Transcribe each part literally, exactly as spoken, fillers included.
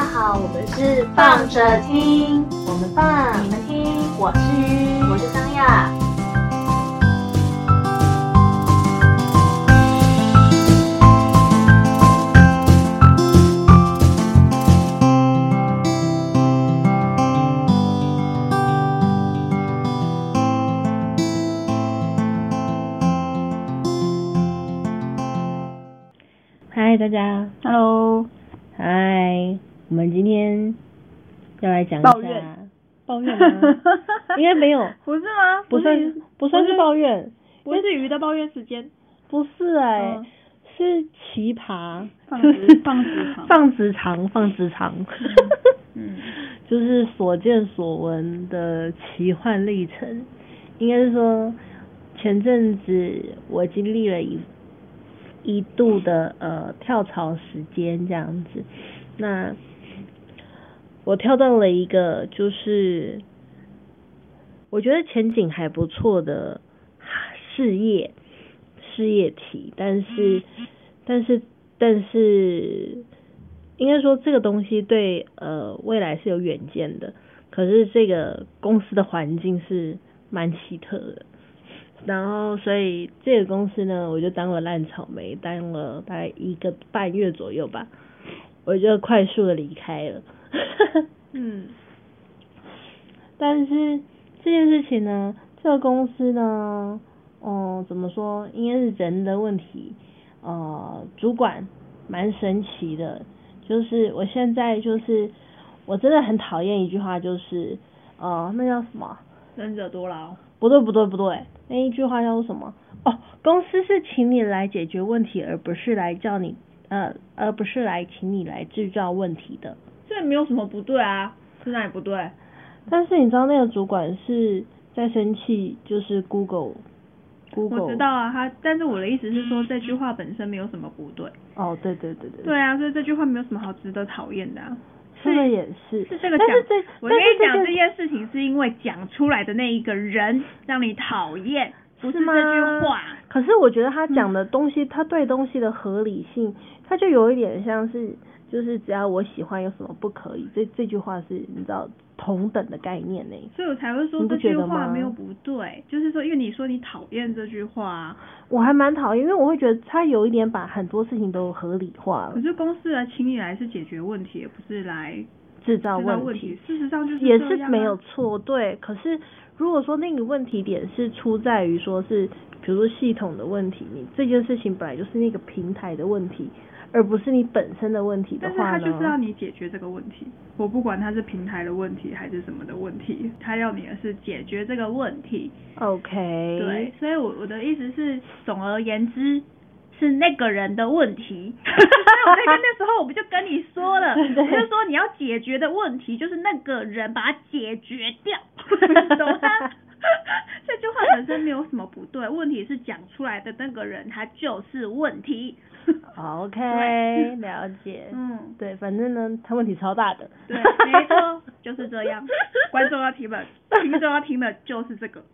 好，我们是放着听， 我们放， 你们听， 我是鱼， 我是张亚。 嗨，大家 ，Hello， 嗨，我们今天要来讲一下抱怨， 抱怨吗？应该没有， 不是吗？ 不算是不算是抱怨， 不是鱼的抱怨时间， 不是哎、欸嗯是奇葩， 放就是职放职场放职场，放职场， 嗯就是所见所闻的奇幻历程。应该是说，前阵子我经历了一一度的呃跳槽时间这样子，那我跳到了一个就是我觉得前景还不错的事业事业体，但是但是但是应该说这个东西对呃未来是有远见的，可是这个公司的环境是蛮奇特的。然后，所以这个公司呢，我就当了烂草莓，当了大概一个半月左右吧，我就快速的离开了。 嗯， 但是这件事情呢，这个公司呢，嗯，怎么说，应该是人的问题，呃，主管蛮神奇的，就是我现在就是我真的很讨厌一句话，就是呃，那叫什么？ 仁者多劳。 不对不对不对，那一句话叫做什么？哦，公司是请你来解决问题，而不是来叫你呃，而不是来请你来制造问题的。 这没有什么不对啊，是哪里不对？ 但是你知道那个主管是在生气，就是 Google Google。 我知道啊，他，但是我的意思是说，这句话本身没有什么不对。 哦，对对对对。 对啊，所以这句话没有什么好值得讨厌的啊。 说的也是， 是这个讲， 但是这我跟你讲这这件事情是因为讲出来的那一个人让你讨厌，不是吗这句话。 可是我觉得他讲的东西，嗯、他对东西的合理性，他就有一点像是，就是只要我喜欢，有什么不可以？这这句话是你知道同等的概念呢， 所以我才会说这句话没有不对，就是说，因为你说你讨厌这句话， 我还蛮讨厌，因为我会觉得他有一点把很多事情都合理化了。 可是公司来请你来是解决问题，也不是来制造问题。 问题事实上就是、啊、 也是没有错，对。可是如果说那个问题点是出在于说是，比如说系统的问题，你这件事情本来就是那个平台的问题，而不是你本身的问题的话呢， 但是他就是要你解决这个问题。我不管它是平台的问题还是什么的问题，他要你的是解决这个问题。 OK。 对，所以我我的意思是，总而言之是那个人的问题。所以我在跟那时候我不就跟你说了，我就说你要解决的问题就是那个人把它解决掉，懂吗？这句话本身没有什么不对，问题是讲出来的那个人他就是问题。 OK， 了解。嗯，对，反正呢，他问题超大的。 对，没错，就是这样。观众要听的，听众要听的就是这个。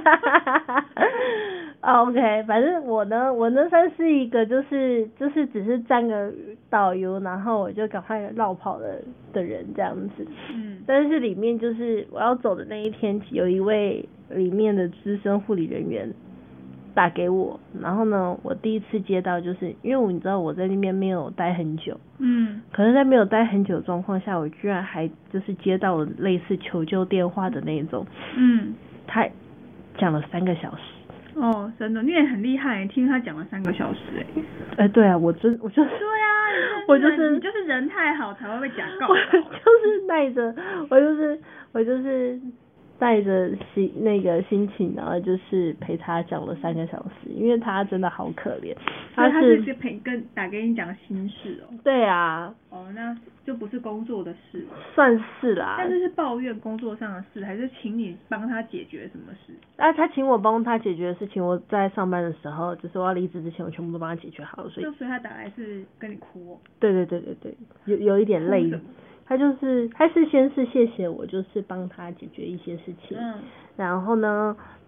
OK， 反正我呢，我呢算是一个就是就是只是站个导游，然后我就赶快绕跑的的人这样子。嗯。但是里面就是我要走的那一天，有一位里面的资深护理人员打给我，然后呢，我第一次接到，就是因为我你知道我在那边没有待很久，嗯，可是在没有待很久的状况下，我居然还就是接到了类似求救电话的那种，嗯，他讲了三个小时。 哦，真的，你也很厉害，听他讲了三个小时，哎， 哎，对啊，我真我就是对啊， 我就是你就是人太好才会被假告， 我就是带着我就是我就是带着心那个心情，然后就是陪他讲了三个小时，因为他真的好可怜， 他是他是陪跟打给你讲心事哦。 对啊。 哦，那就不是工作的事。 算是啦。 但是是抱怨工作上的事，还是请你帮他解决什么事？ 啊，他请我帮他解决的事情，我在上班的时候，就是我要离职之前，我全部都帮他解决好了，所以。 就所以他打来是跟你哭哦。 对对对对对，有有一点累。他就是他是先是谢谢我，就是帮他解决一些事情，嗯，然后呢，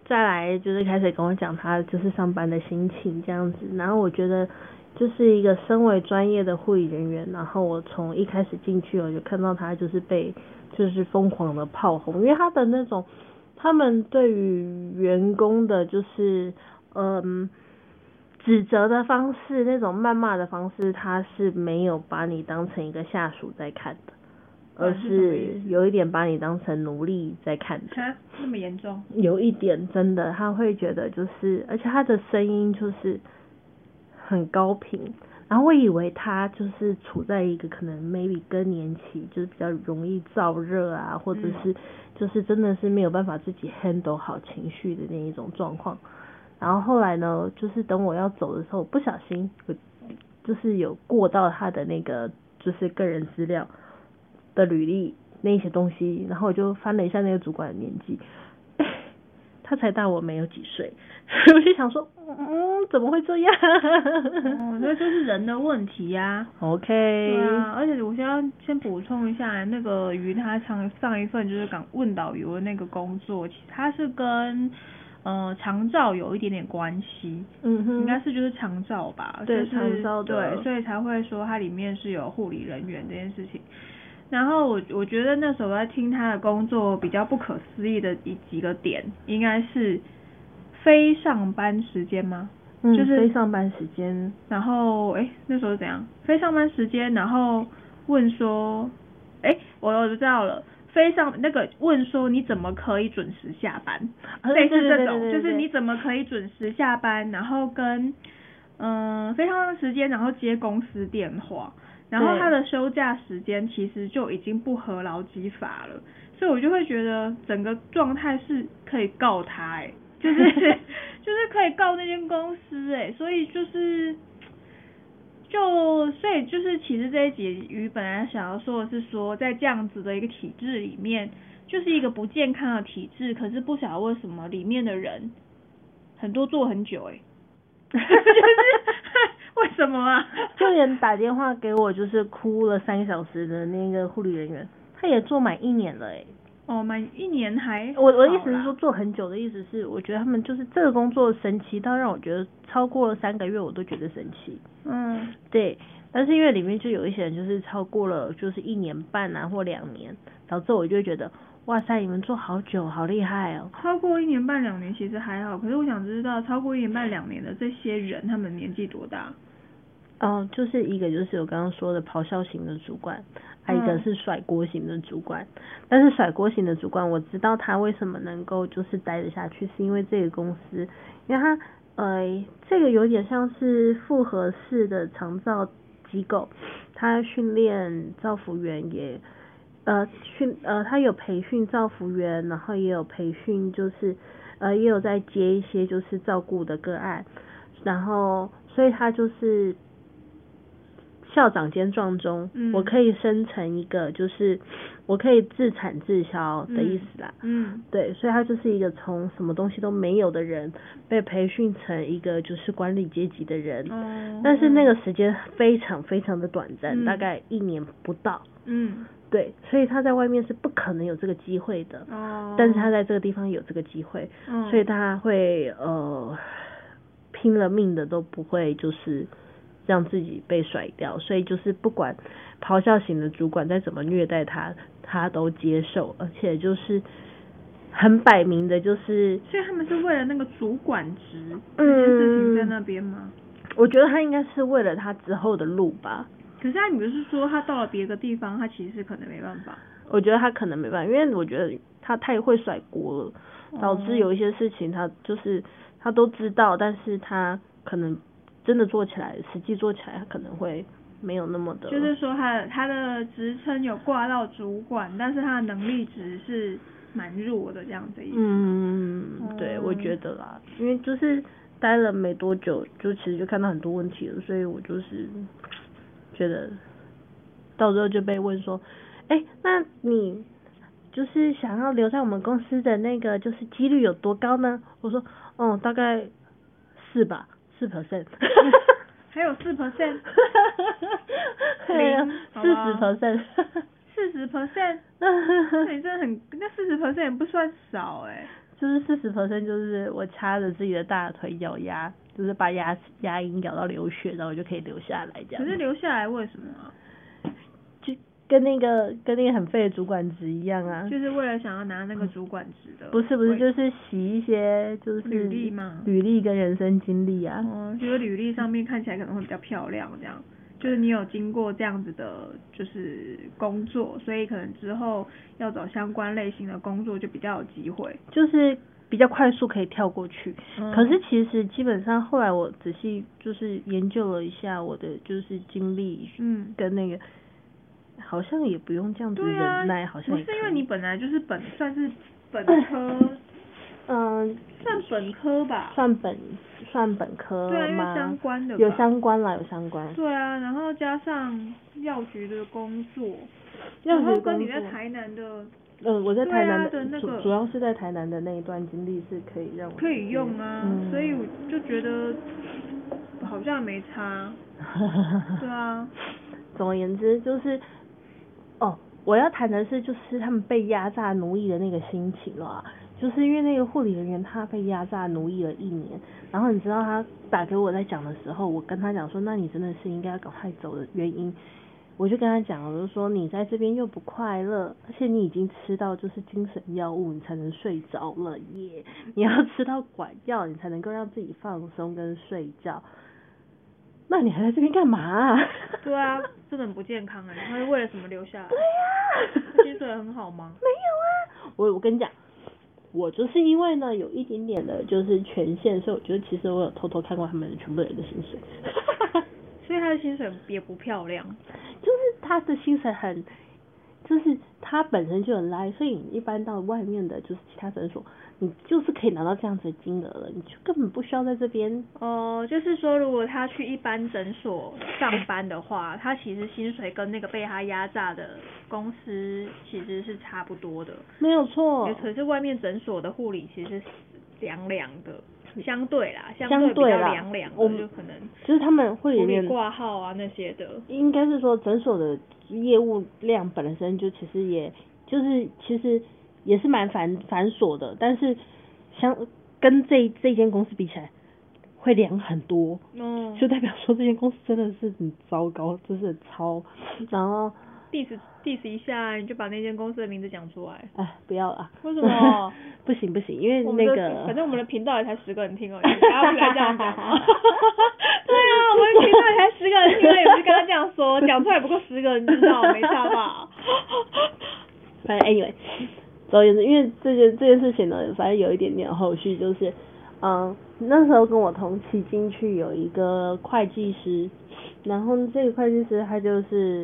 再来就是开始跟我讲他就是上班的心情这样子，然后我觉得就是一个身为专业的护理人员，然后我从一开始进去我就看到他就是被就是疯狂的炮轰，因为他的那种他们对于员工的就是嗯指责的方式，那种谩骂的方式，他是没有把你当成一个下属在看的，而是有一点把你当成奴隶在看的。 哈，那么严重？ 有一点真的，他会觉得就是，而且他的声音就是很高频，然后我以为他就是处在一个可能 maybe 更年期，就是比较容易燥热啊，或者是就是真的是没有办法自己 handle 好情绪的那一种状况。然后后来呢，就是等我要走的时候，不小心有就是有过到他的那个就是个人资料的履历那些东西，然后我就翻了一下那个主管的年纪，他才大我没有几岁，我就想说，嗯，怎么会这样？ 哦，那就是人的问题呀、 啊。OK。 对啊，而且我先要先补充一下，那个于他上上一份就是港问导游的那个工作，其实他是跟呃长照有一点点关系， 嗯哼， 应该是就是长照吧， 对， 就是长照的， 对，所以才会说它里面是有护理人员这件事情。然后我我觉得那时候在听他的工作比较不可思议的一几个点，应该是非上班时间吗？ 嗯， 就是非上班时间。 然后哎，那时候是怎样？非上班时间，然后问说，哎，我我知道了。非上那个问说你怎么可以准时下班？ 啊、 类似这种， 对对对对对就是你怎么可以准时下班？然后跟嗯、呃、非上班时间，然后接公司电话，然后他的休假时间其实就已经不合劳基法了，所以我就会觉得整个状态是可以告他哎、欸，就是就是可以告那间公司哎、欸，所以就是。就所以就是其实这一集鱼本来想要说的是说，在这样子的一个体制里面，就是一个不健康的体制，可是不晓得为什么里面的人很多做很久哎、欸，就是为什么啊？ 就连打电话给我就是哭了三个小时的那个护理人员，他也做满一年了哎、欸。 哦，满一年还我我的意思是说做很久的意思是，我觉得他们就是这个工作神奇到让我觉得超过了三个月我都觉得神奇。 嗯， 对，但是因为里面就有一些人就是超过了就是一年半啊或两年，然后之后我就会觉得哇塞，你们做好久，好厉害哦。 超过一年半两年其实还好，可是我想知道超过一年半两年的这些人，他们年纪多大？ 哦，就是一个就是我刚刚说的咆哮型的主管，还有一个是甩锅型的主管。嗯、但是甩锅型的主管，我知道他为什么能够就是待得下去，是因为这个公司，因为他呃这个有点像是复合式的长照机构，他训练照服员也呃训呃他有培训照服员，然后也有培训就是呃也有在接一些就是照顾的个案，然后所以他就是。校长兼撞钟、嗯，我可以生成一个，就是我可以自产自销的意思啦。 嗯，嗯对，所以他就是一个从什么东西都没有的人，被培训成一个就是管理阶级的人。嗯，但是那个时间非常非常的短暂、嗯，大概一年不到。 嗯， 对，所以他在外面是不可能有这个机会的。哦，但是他在这个地方有这个机会，嗯、所以他会呃拼了命的都不会就是。让自己被甩掉，所以就是不管咆哮型的主管再怎么虐待他，他都接受，而且就是很摆明的，就是所以他们是为了那个主管职这件事情在那边吗？ 我觉得他应该是为了他之后的路吧。 可是他你不是说他到了别的地方，他其实可能没办法。 我觉得他可能没办法，因为我觉得他太会甩锅了，导致有一些事情他就是他都知道，但是他可能。真的做起来，实际做起来，他可能会没有那么的。 就是说他的他的职称有挂到主管，但是他的能力值是蛮弱的这样子意思。 嗯，对，我觉得啦，因为就是待了没多久，就其实就看到很多问题了，所以我就是觉得到时候就被问说，哎、欸，那你就是想要留在我们公司的那个就是几率有多高呢？我说，哦，大概四吧。四 percent， 还有四 percent， 零四十 percent， 四十 percent， 那你真的很，那四十 percent 也不算少哎、欸。 就是四十 percent 就是我掐着自己的大腿咬牙，就是把牙牙龈咬到流血，然后我就可以留下来这样。 可是留下来为什么啊？ 就跟那个跟那个很废的主管职一样啊。 就是为了想要拿那个主管职的。 不是不是，就是洗一些就是履历吗？ 履历跟人生经历啊。 哦，就是履历上面看起来可能会比较漂亮这样。就是你有经过这样子的，就是工作，所以可能之后要找相关类型的工作就比较有机会， 就是比较快速可以跳过去。 嗯、 可是其实基本上后来我仔细就是研究了一下我的就是经历， 嗯， 跟那个好像也不用这样子忍耐， 啊、 好像也不是因为你本来就是本算是本科， 嗯， 算本科吧， 算本。算本科吗？ 对啊，因为相关的吧有相关啦，有相关。 对啊，然后加上药局的工作， 药局然后跟你在台南的， 嗯，我在台南的， 的那个、 主主要是在台南的那一段经历是可以让我可以用啊， 嗯、 所以我就觉得好像没差。对啊。 总而言之就是，哦，我要谈的是就是他们被压榨奴役的那个心情啦。就是因为那个护理人员他被压榨奴役了一年，然后你知道他打给我在讲的时候，我跟他讲说，那你真的是应该要赶快走的原因，我就跟他讲，我就说你在这边又不快乐，而且你已经吃到就是精神药物，你才能睡着了耶，你要吃到管药，你才能够让自己放松跟睡觉。那你还在这边干嘛、啊？ 对啊，真的很不健康哎、欸！他是为了什么留下来？ 对呀、 啊，薪水很好吗？ 没有啊，我我跟你讲。我就是因为呢有一点点的就是权限，所以我觉得其实我有偷偷看过他们全部人的薪水。 所以他的薪水也不漂亮。 就是他的薪水很，就是他本身就很赖，所以你一般到外面的就是其他诊所，你就是可以拿到这样子的金额了，你就根本不需要在这边。 哦、呃，就是说如果他去一般诊所上班的话，他其实薪水跟那个被他压榨的公司其实是差不多的。 没有错。 可是外面诊所的护理其实是凉凉的，相对啦，相对比较凉凉的，就可能就是他们护理人员挂号啊那些的， 应该是说诊所的业务量本身就其实也就是其实也是蛮繁繁琐的，但是相跟这这间公司比起来会凉很多，嗯，就代表说这间公司真的是很糟糕，就是很超，然后。 diss diss 一下，你就把那间公司的名字讲出来。 哎，不要啊！ 为什么？ 不行不行，因为那个， 反正我们的频道也才十个人听而已，不要不要这样讲。对啊，我们频道也才十个人听而已，我就跟他这样说，讲出来不够十个人知道，没差吧？ 反正 anyway， 总而言之，因为这件这件事情呢，反正有一点点后续，就是嗯，那时候跟我同期进去有一个会计师，然后这个会计师他就是。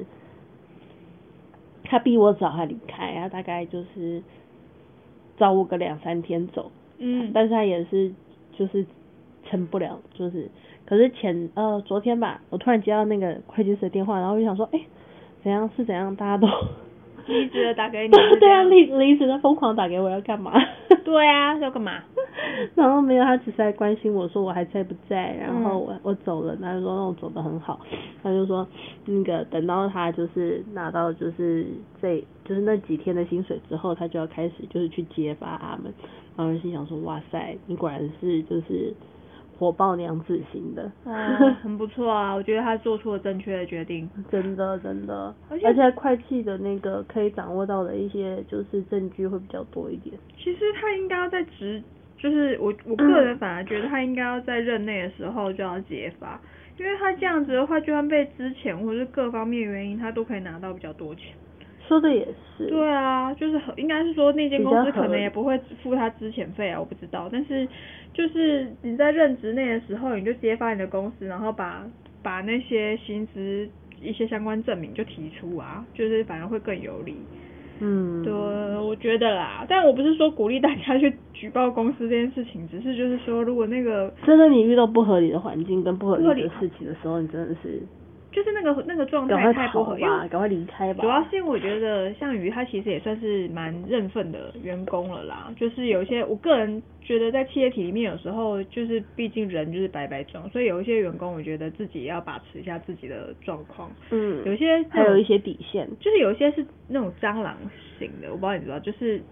他逼我早他离开，他大概就是早我个两三天走， 嗯， 但是他也是就是撑不了，就是可是前呃昨天吧，我突然接到那个会计师的电话，然后我就想说，哎、欸，怎样是怎样，大家都离职的打给你， 对啊，离离职的疯狂打给我要干嘛？ 对啊，要干嘛？ 然后没有，他只是在关心我说我还在不在，然后我、嗯、我走了，他就说那我走得很好，他就说那个等到他就是拿到就是这就是那几天的薪水之后，他就要开始就是去揭发他们，然后心想说哇塞，你果然是就是火爆娘子型的， 哦，很不错啊，我觉得他做出了正确的决定， 真的真的，而且, 而且会计的那个可以掌握到的一些就是证据会比较多一点。 其实他应该要在职，就是我我个人反而觉得他应该要在任内的时候就要揭发，因为他这样子的话，就算被资遣或是各方面原因，他都可以拿到比较多钱。 说的也是。 对啊，就是应该是说那间公司可能也不会付他资遣费啊，我不知道。但是就是你在任职内的时候，你就揭发你的公司，然后把把那些薪资一些相关证明就提出啊，就是反而会更有利。 嗯， 对，我觉得啦，但我不是说鼓励大家去举报公司这件事情，只是就是说，如果那个真的你遇到不合理的环境跟不合理的事情的时候，你真的是。 就是那个那个状态太不合， 因为赶快离开吧。 主要是因为我觉得项羽他其实也算是蛮认份的员工了啦，就是有一些我个人觉得在企业体里面有时候就是毕竟人就是百百种，所以有一些员工我觉得自己也要把持一下自己的状况。 嗯， 有些还有一些底线， 就是有一些是那种蟑螂型的，我不知道你知道，就是可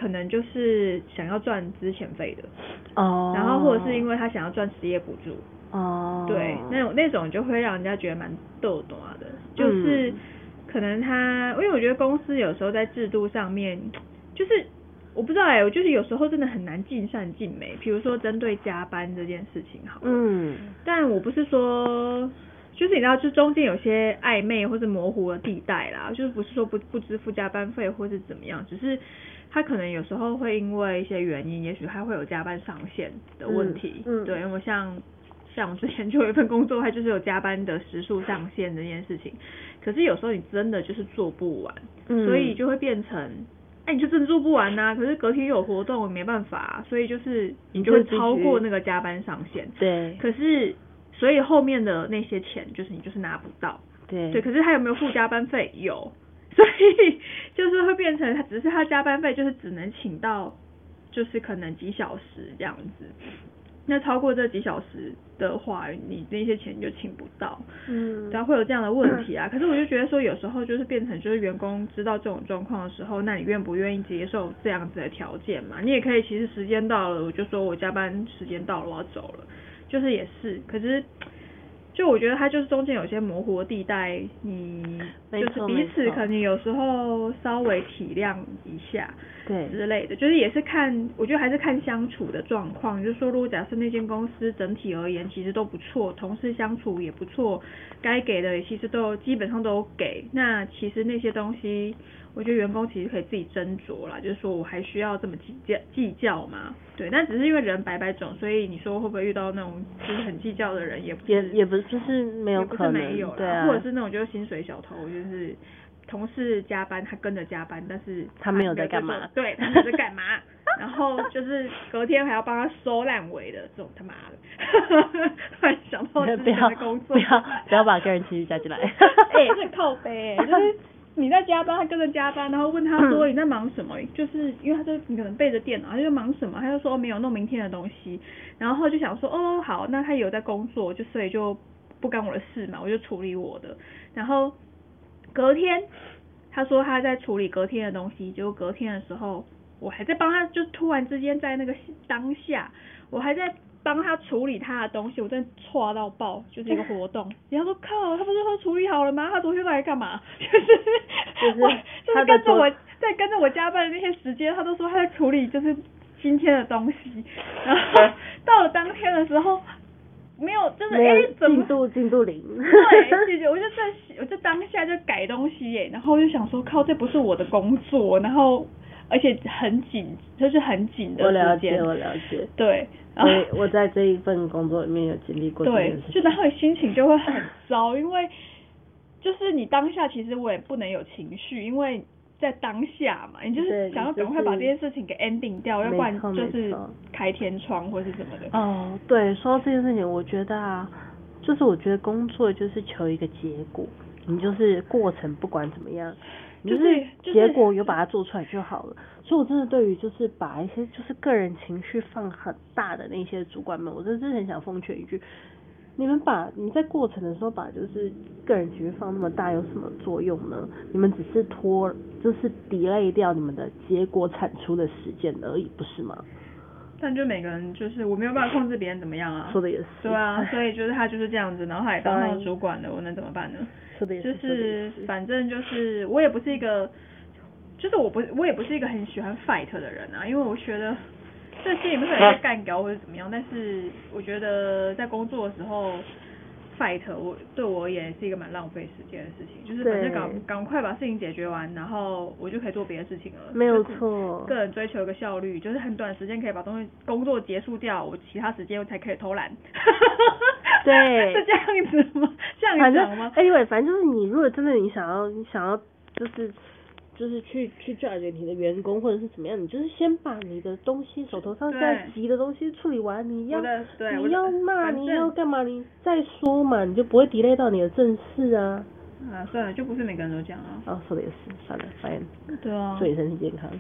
可能就是想要赚资遣费的， 哦， 然后或者是因为他想要赚失业补助， 哦， 对，那种那种就会让人家觉得蛮逗短的，就是可能他，因为我觉得公司有时候在制度上面，就是我不知道哎、欸，我就是有时候真的很难尽善尽美，比如说针对加班这件事情好了， 嗯， 但我不是说。就是你知道，就中间有些暧昧或是模糊的地带啦，就是不是说不不支付加班费或是怎么样，只是他可能有时候会因为一些原因，也许他会有加班上限的问题，嗯，嗯对，因为像像我之前就有一份工作，它就是有加班的时数上限这件事情，可是有时候你真的就是做不完，嗯，所以就会变成。哎，你就真的做不完呐、啊，可是隔天有活动，没办法、啊，所以就是你就会超过那个加班上限， 对， 可是。所以后面的那些钱就是你就是拿不到， 对， 对，可是他有没有付加班费？有，所以就是会变成他只是他加班费就是只能请到就是可能几小时这样子，那超过这几小时的话，你那些钱就请不到，嗯，然后会有这样的问题啊。可是我就觉得说有时候就是变成就是员工知道这种状况的时候，那你愿不愿意接受这样子的条件嘛？你也可以其实时间到了，我就说我加班时间到了，我要走了。就是也是，可是就我觉得它就是中间有些模糊的地带，你就是彼此可能有时候稍微体谅一下，对之类的，就是也是看，我觉得还是看相处的状况。就是说，如果假设那间公司整体而言其实都不错，同事相处也不错，该给的其实都基本上都有给，那其实那些东西。我觉得员工其实可以自己斟酌啦，就是说我还需要这么计较计较吗？对，但只是因为人百百种，所以你说会不会遇到那种就是很计较的人，也不是也也不是就是没有可能， 也不是没有啦，对啊，或者是那种就是薪水小偷，就是同事加班他跟着加班，但是他没有在干嘛？ 对，他没有在干嘛？然后就是隔天还要帮他收烂尾的这种他妈的，突然想到之前的工作， 不要不要把个人情绪加进来， 哎、欸，这很靠背、欸，就是。你在加班，他跟着加班，然后问他说你在忙什么？就是因为他就你可能背着电脑，他就忙什么？他就说没有弄明天的东西，然后就想说哦好，那他有在工作，就所以就不干我的事嘛，我就处理我的。然后隔天他说他在处理隔天的东西，结果隔天的时候我还在帮他，就突然之间在那个当下，我还在。帮他处理他的东西，我真的挫到爆，就是一个活动。然后说靠，他不是说处理好了吗？他昨天来干嘛？就是就是就是跟着我在跟着我加班的那些时间，他都说他在处理就是今天的东西。然后到了当天的时候，没有就是哎怎么进度进度零？ 对，我就在我就当下就改东西耶，然后我就想说靠，这不是我的工作，然后。而且很紧，就是很紧的时间。 我了解，我了解。 对， 所以我在这一份工作里面有经历过这件事情。 对，就然后你心情就会很糟，因为就是你当下其实我也不能有情绪，因为在当下嘛，你就是想要赶快把这件事情给 ending 掉，要不然就是开天窗或是什么的。 哦，对，说到这件事情，我觉得啊，就是我觉得工作就是求一个结果，你就是过程不管怎么样。就是结果有把它做出来就好了，所以我真的对于就是把一些就是个人情绪放很大的那些主管们，我真的是很想奉劝一句，你们把你在过程的时候把就是个人情绪放那么大有什么作用呢？你们只是拖就是 delay 掉你们的结果产出的时间而已，不是吗？ 但就每个人就是我没有办法控制别人怎么样啊， 说的也是， 对啊，所以就是他就是这样子，然后他也当上主管了，我能怎么办呢？ 说的也是， 就是反正就是我也不是一个，就是我不我也不是一个很喜欢 fight 的人啊，因为我觉得这心里面可能在干掉或者怎么样，但是我觉得在工作的时候 fight 我对我而言是一个蛮浪费时间的事情，就是反正赶赶快把事情解决完，然后我就可以做别的事情了。 没有错， 个人追求一个效率，就是很短时间可以把东西工作结束掉，我其他时间我才可以偷懒。 对， 是这样子吗？这样讲吗？ 哎，因为反正就是你如果真的你想要你想要就是就是去去 judge 你的员工或者是怎么样，你就是先把你的东西手头上现在急的东西处理完，你要你要骂你要干嘛你再说嘛，你就不会 delay 到你的正事啊。 啊，算了，就不是每个人都这样啊。 哦，说的也是，算了，反正对啊， 祝你身体健康。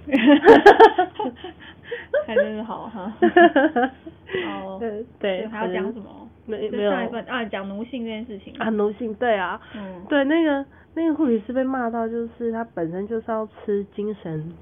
还真是好哈。哦，对对， 还要讲什么？ 没没有啊，讲奴性这件事情啊，奴性对啊，嗯，对那个那个护理师被骂到，就是他本身就是要吃精神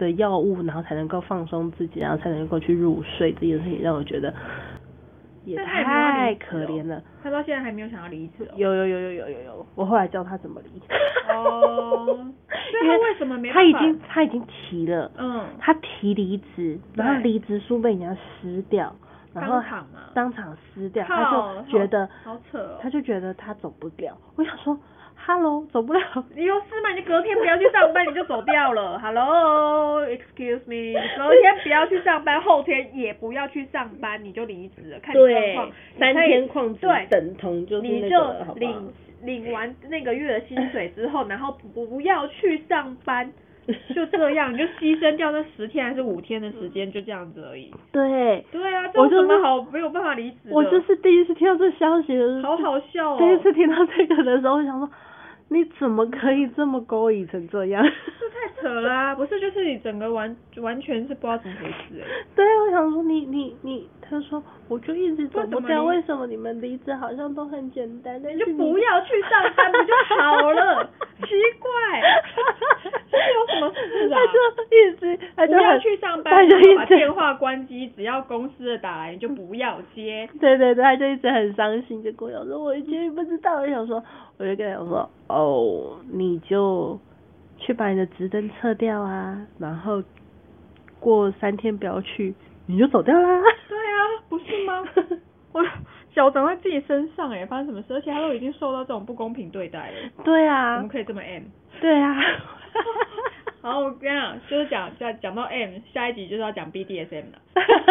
的药物，然后才能够放松自己，然后才能够去入睡，这件事情让我觉得也太可怜了。 他到现在还没有想要离职哦。 有有有有有有有，我后来教他怎么离。 哦，因为为什么没办法？ 他已经他已经提了， 嗯， 他提离职，然后离职书被人家撕掉，然后当场嘛， 当场撕掉，他就觉得好扯哦， 他就觉得他走不了。我想说 ，Hello， 走不了， 你有事嘛？你隔天不要去上班，你就走掉了。Hello，excuse me， 隔天不要去上班，后天也不要去上班，你就离职了，看你状况。 三天旷职对， 等同就是那个，你就领领完那个月的薪水之后，然后不不要去上班。就这样，你就牺牲掉那十天还是五天的时间，就这样子而已。 对， 对啊，这有什么好没有办法离职的？ 我就是第一次听到这消息的， 好好笑哦。 第一次听到这个的时候，我想说，你怎么可以这么勾引成这样？ 这太扯啦、啊！不是，就是你整个完完全是不知道怎么回事哎、欸。 对啊，我想说你你你，他说我就一直走不掉，为什么你们离职好像都很简单？ 你就不要去上班不就好了？奇怪，这有什么事啊？ 他就一直他就不要去上班， 他就一直把电话关机，只要公司的打来你就不要接。 对对对，他就一直很伤心，就跟我讲说，我以前不知道，我想说，我就跟他讲说，哦，你就去把你的职灯撤掉啊，然后过三天不要去，你就走掉啦。 对啊，不是吗？我脚长在自己身上哎、欸，发生什么事？而且他都已经受到这种不公平对待了。 对啊。 怎么可以这么 M？ 对啊。 然后我跟你讲，就是讲讲讲到 M， 下一集就是要讲 B D S M 了。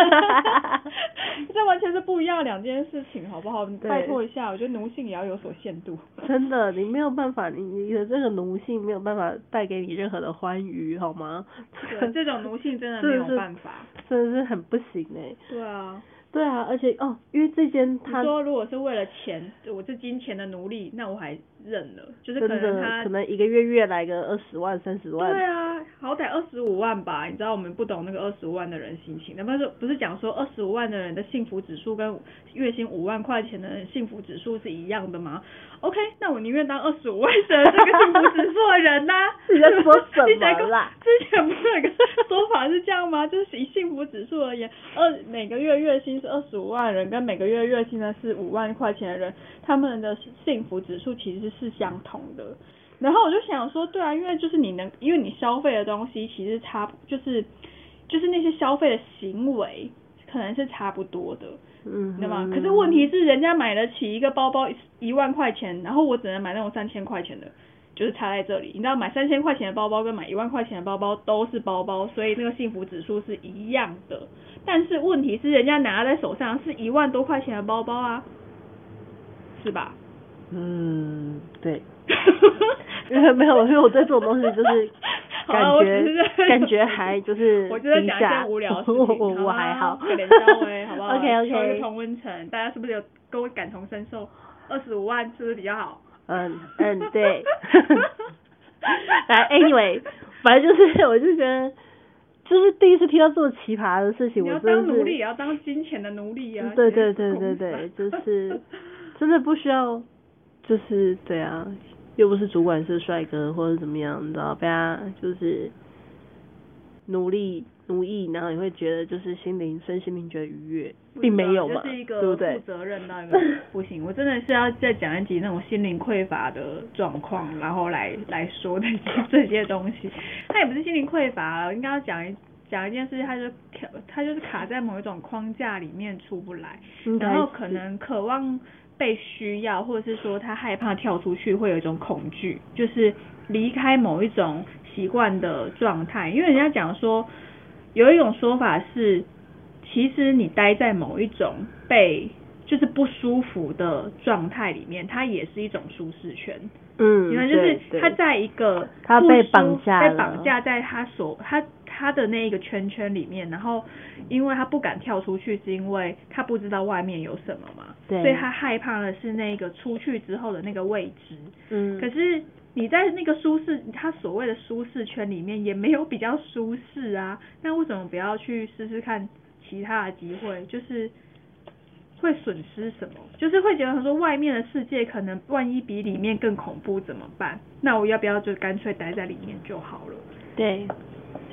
这完全是不一样的两件事情，好不好？拜托一下，我觉得奴性也要有所限度。 真的，你没有办法，你你的这个奴性没有办法带给你任何的欢愉，好吗？ 对，这种奴性真的没有办法， 真的是很不行哎、欸。 对啊。 对啊，而且哦，因为这间他你说如果是为了钱，我是金钱的奴隶，那我还认了，就是可能他可能一个月月来个二十万三十万。 对啊，好歹二十五万吧，你知道我们不懂那个二十五万的人心情，那不是不是讲说二十五万的人的幸福指数跟月薪五万块钱的人幸福指数是一样的吗 ？OK， 那我宁愿当二十五万的这个幸福指数的人呐、啊。 你在说什么啦？ 之前不是有一个说法是这样吗？就是以幸福指数而言，二每个月月薪是二十五万人跟每个月月薪呢是五万块钱的人，他们的幸福指数其实是相同的。然后我就想说，对啊，因为就是你能，因为你消费的东西其实差，就是就是那些消费的行为可能是差不多的，嗯，对吗？可是问题是，人家买得起一个包包一万块钱，然后我只能买那种三千块钱的。就是差在这里，你知道买三千块钱的包包跟买一万块钱的包包都是包包，所以那个幸福指数是一样的。但是问题是，人家拿在手上是一万多块钱的包包啊，是吧？ 嗯，对。因为没有，因为我对这种东西就是感觉感觉还就是我就在讲一些无聊的事情， 我我还好， 可怜稍微好不好 ？OK OK。 求一个同温层，大家是不是有跟我感同身受？二十五万是不是比较好？ 嗯嗯对，来 anyway， 反正就是我就觉得，就是第一次听到这么奇葩的事情，我真的是你要当奴隶也要当金钱的奴隶啊！ 对对对对对，就是真的不需要，就是对啊，又不是主管是帅哥或者怎么样，你知道被他就是奴隶奴役，然后你会觉得就是心灵身心灵觉得愉悦，并没有嘛， 就是一个对不对？ 负责任到一个不行，我真的是要再讲一集那种心灵匮乏的状况，然后来来说的这些东西。他也不是心灵匮乏了，我应该要讲一讲一件事，他就他就是卡在某一种框架里面出不来，然后可能渴望被需要，或者是说他害怕跳出去，会有一种恐惧，就是离开某一种习惯的状态。因为人家讲说，有一种说法是，其实你待在某一种被就是不舒服的状态里面，它也是一种舒适圈。 嗯， 你看，就是他在一个他被绑架被绑架在他所他他的那一个圈圈里面，然后因为他不敢跳出去，是因为他不知道外面有什么嘛， 对， 所以他害怕的是那个出去之后的那个未知。 嗯， 可是你在那个舒适，他所谓的舒适圈里面也没有比较舒适啊，那为什么不要去试试看其他的机会？就是会损失什么？就是会觉得说外面的世界可能万一比里面更恐怖怎么办？那我要不要就干脆待在里面就好了？ 对，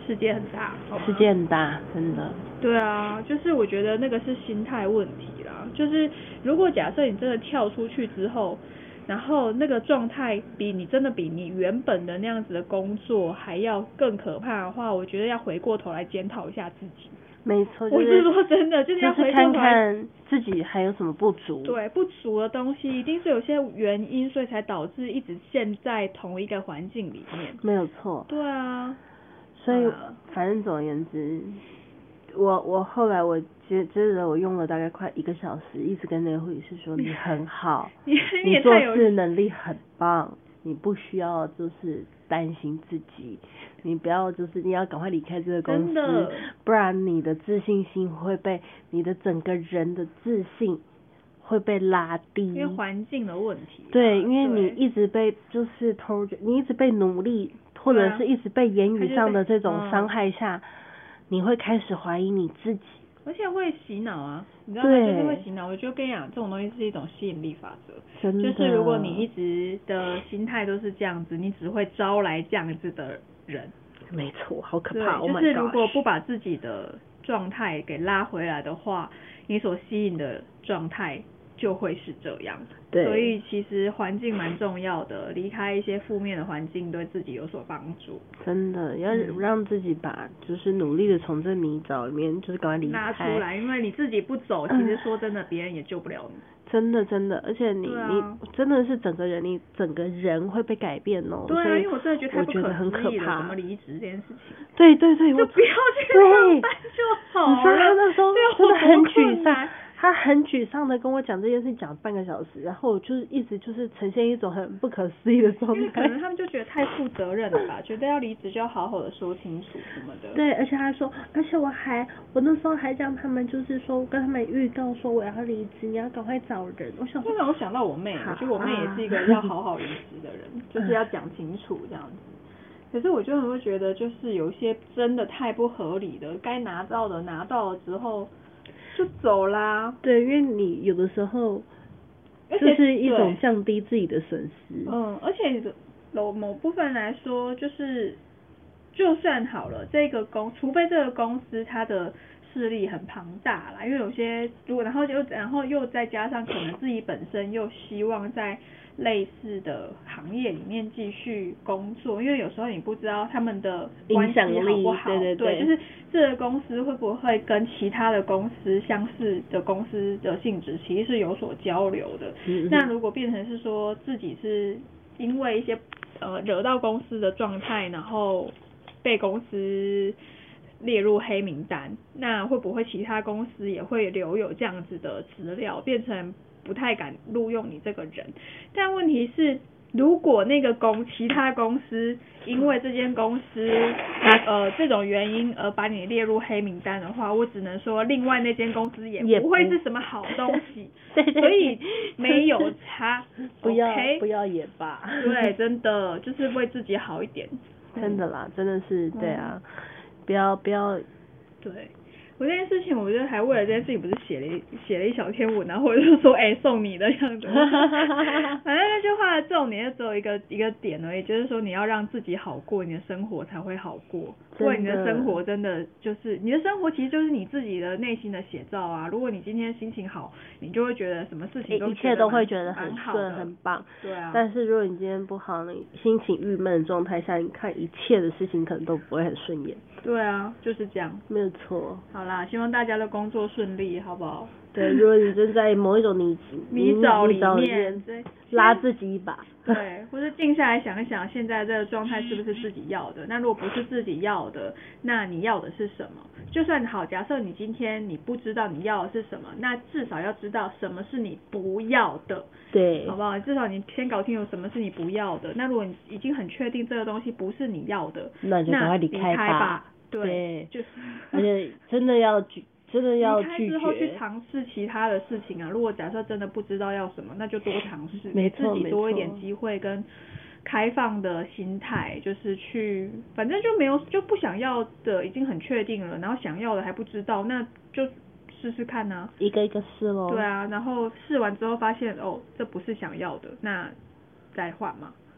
世界很大， 世界很大，真的。 对啊，就是我觉得那个是心态问题啦。就是如果假设你真的跳出去之后，然后那个状态比你真的比你原本的那样子的工作还要更可怕的话，我觉得要回过头来检讨一下自己。 没错，就是、我是说真的，就是要回过头来、 就是、看看自己还有什么不足。 对，不足的东西一定是有些原因，所以才导致一直陷在同一个环境里面。 没有错。 对啊。 所以、啊、反正总而言之，我我后来我接接着我用了大概快一个小时，一直跟那个护理师说你很好， 你你做事能力很棒，你不需要就是担心自己，你不要就是你要赶快离开这个公司，不然你的自信心会被你的整个人的自信会被拉低， 因为环境的问题、啊。 对，因为你一直被就是偷，你一直被努力，或者是一直被言语上的这种伤害下，嗯、你会开始怀疑你自己， 而且会洗脑啊，你知道吗？就是会洗脑。我就跟你讲，这种东西是一种吸引力法则， 真的。 就是如果你一直的心态都是这样子，你只会招来这样子的人。 没错，好可怕。 对，就是如果不把自己的状态给拉回来的话，你所吸引的状态就会是这样。 对， 所以其实环境蛮重要的，离开一些负面的环境对自己有所帮助。 真的要让自己把就是努力的从这泥沼里面就是赶快离开拉出来，因为你自己不走，其实说真的别人也救不了你。 真的真的，而且你、啊、你真的是整个人你整个人会被改变哦。 对啊，因为我真的觉得太不可思议了，怎么离职这件事情。 对对对， 就不要去上班就好了。 你知道他那时候真的很沮丧。他很沮丧的跟我讲这件事，讲半个小时，然后我就是一直就是呈现一种很不可思议的状态。 因为可能他们就觉得太负责任了吧，觉得要离职就要好好的说清楚什么的。 对，而且他说，而且我还我那时候还让他们就是说跟他们预告说我要离职，你要赶快找人。我想， 这让我想到我妹，我觉得我妹也是一个要好好离职的人，就是要讲清楚这样子。可是我就很会觉得，就是有一些真的太不合理的，该拿到的拿到了之后。就走啦。 对，因为你有的时候，这是一种降低自己的损失。 嗯，而且某某部分来说，就是就算好了，这个公，除非这个公司它的势力很庞大啦，因为有些如果然后又然后又再加上可能自己本身又希望在类似的行业里面继续工作，因为有时候你不知道他们的关系好不好， 对对 对, 对，就是这个公司会不会跟其他的公司相似的公司的性质其实是有所交流的。嗯、那如果变成是说自己是因为一些呃惹到公司的状态，然后被公司列入黑名单，那会不会其他公司也会留有这样子的资料，变成不太敢录用你这个人？但问题是，如果那个公其他公司因为这间公司呃这种原因而把你列入黑名单的话，我只能说另外那间公司也不会是什么好东西。 对对对， 所以没有差。 不要、 okay? 不要也罢。 对，真的就是为自己好一点。 真的啦，真的是对啊。嗯，不要不要， 对，我这件事情，我觉得还为了这件事情，不是写了一写了一小篇文，然后或者是说，哎、欸，送你的样子。反正那句话的重点就只有一个一个点而已，就是说你要让自己好过，你的生活才会好过。不然你的生活真的就是你的生活，其实就是你自己的内心的写照啊。如果你今天心情好，你就会觉得什么事情都一切都会觉得很顺很棒。 对啊。 但是如果你今天不好，你心情郁闷的状态下，你看一切的事情可能都不会很顺眼。 对啊，就是这样。 没有错。 好啦，希望大家的工作顺利，好不好？ 对，如果你正在某一种泥泥沼里面，拉自己一把。 对，或者静下来想一想，现在这个状态是不是自己要的？那如果不是自己要的，那你要的是什么？就算好，假设你今天你不知道你要的是什么，那至少要知道什么是你不要的。 对， 好不好？至少你先搞清楚什么是你不要的。那如果你已经很确定这个东西不是你要的， 那就赶快离开吧。 对， 对就是， 而且真的要拒，真的要拒绝。 离开之后去尝试其他的事情啊。如果假设真的不知道要什么，那就多尝试， 给自己多一点机会跟开放的心态，就是去，反正就没有就不想要的已经很确定了，然后想要的还不知道，那就试试看啊， 一个一个试咯。 对啊，然后试完之后发现哦，这不是想要的，那再换嘛。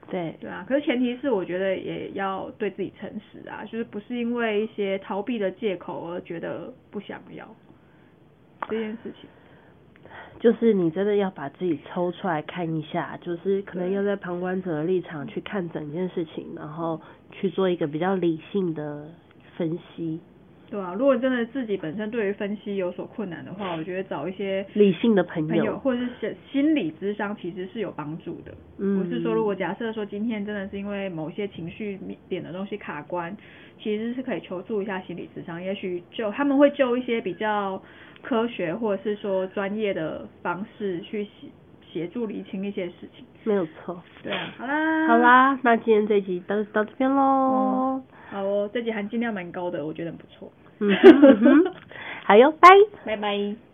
对对啊，可是前提是我觉得也要对自己诚实啊，就是不是因为一些逃避的借口而觉得不想要这件事情。 就是你真的要把自己抽出来看一下，就是可能要在旁观者的立场去看整件事情，然后去做一个比较理性的分析。 对啊，如果真的自己本身对于分析有所困难的话，我觉得找一些理性的朋友， 朋友或者是心理咨商其实是有帮助的。嗯，不是说如果假设说今天真的是因为某些情绪点的东西卡关，其实是可以求助一下心理咨商，也许就他们会就一些比较科学或者是说专业的方式去协协助厘清一些事情。 没有错。 对啊，好啦， 好啦，那今天这一集到到这边喽。 嗯，好哦，这集含金量蛮高的，我觉得很不错。 嗯哼嗯哼，好哟，拜拜拜。